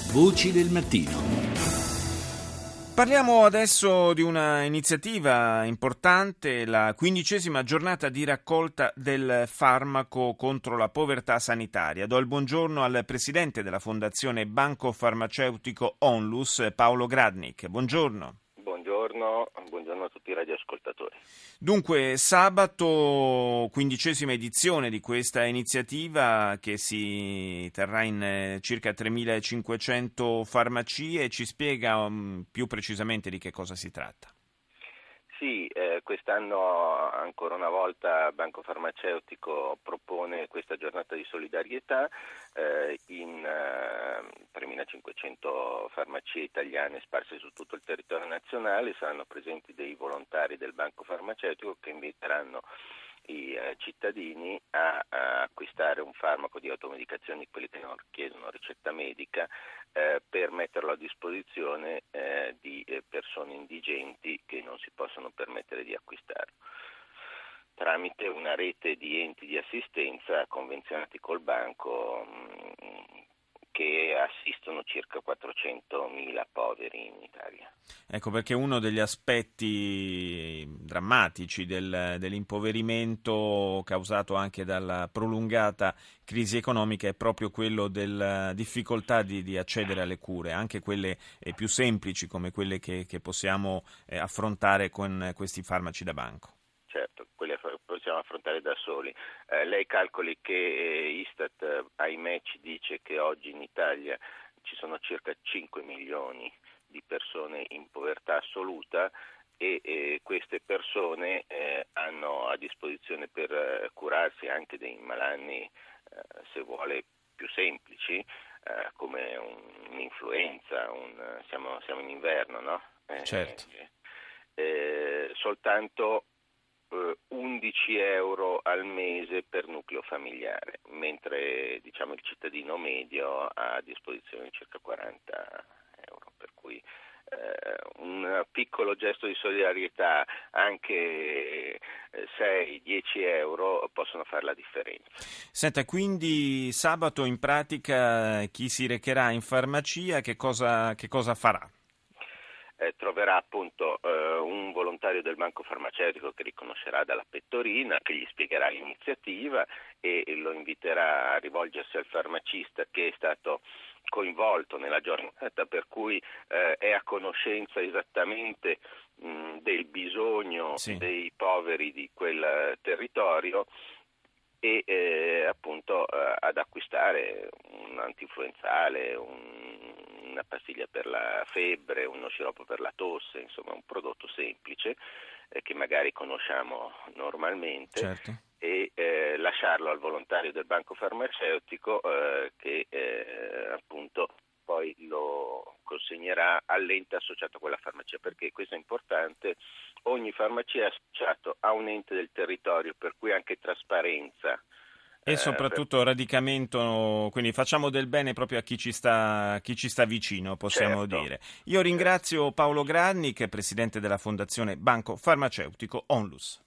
Voci del mattino. Parliamo adesso di una iniziativa importante, la 15ª giornata di raccolta del farmaco contro la povertà sanitaria. Do il buongiorno al presidente della Fondazione Banco Farmaceutico Onlus, Paolo Gradnik. Buongiorno. Buongiorno a tutti i radioascoltatori. Dunque, sabato 15ª edizione di questa iniziativa che si terrà in circa 3.500 farmacie. Ci spiega più precisamente di che cosa si tratta? Sì, quest'anno ancora una volta Banco Farmaceutico propone questa giornata di solidarietà in 3.500 farmacie italiane sparse su tutto il territorio nazionale. Saranno presenti dei volontari del Banco Farmaceutico che inviteranno i cittadini a acquistare un farmaco di automedicazione, quelli che non richiedono ricetta medica, per metterlo a disposizione di persone indigenti che non si possono permettere di acquistarlo, tramite una rete di enti di assistenza convenzionati col banco che assistono circa 400.000 poveri in Italia. Ecco, perché uno degli aspetti drammatici dell'impoverimento causato anche dalla prolungata crisi economica è proprio quello della difficoltà di accedere alle cure, anche quelle più semplici come quelle che possiamo affrontare con questi farmaci da banco. Certo, quelli possiamo affrontare da soli. Lei calcoli che Istat, ahimè, ci dice che oggi in Italia ci sono circa 5 milioni di persone in povertà assoluta e queste persone hanno a disposizione per curarsi anche dei malanni, se vuole, più semplici, come un'influenza, siamo in inverno, no? Certo. Soltanto 11 euro al mese per nucleo familiare, mentre il cittadino medio ha a disposizione circa 40 euro, per cui un piccolo gesto di solidarietà, anche 6-10 euro, possono fare la differenza. Senta, quindi sabato in pratica chi si recherà in farmacia che cosa farà? Troverà appunto un volontario del Banco Farmaceutico che riconoscerà dalla pettorina, che gli spiegherà l'iniziativa e lo inviterà a rivolgersi al farmacista che è stato coinvolto nella giornata, per cui è a conoscenza esattamente del bisogno dei poveri di quel territorio e appunto ad acquistare un antinfluenzale, una pastiglia per la febbre, uno sciroppo per la tosse, insomma un prodotto semplice che magari conosciamo normalmente. Certo. E lasciarlo al volontario del Banco Farmaceutico che appunto poi lo consegnerà all'ente associato a quella farmacia, perché questo è importante: ogni farmacia è associato a un ente del territorio, per cui anche trasparenza. E soprattutto radicamento, quindi facciamo del bene proprio a chi ci sta vicino, possiamo dire. Io ringrazio Paolo Gradnik, presidente della Fondazione Banco Farmaceutico Onlus.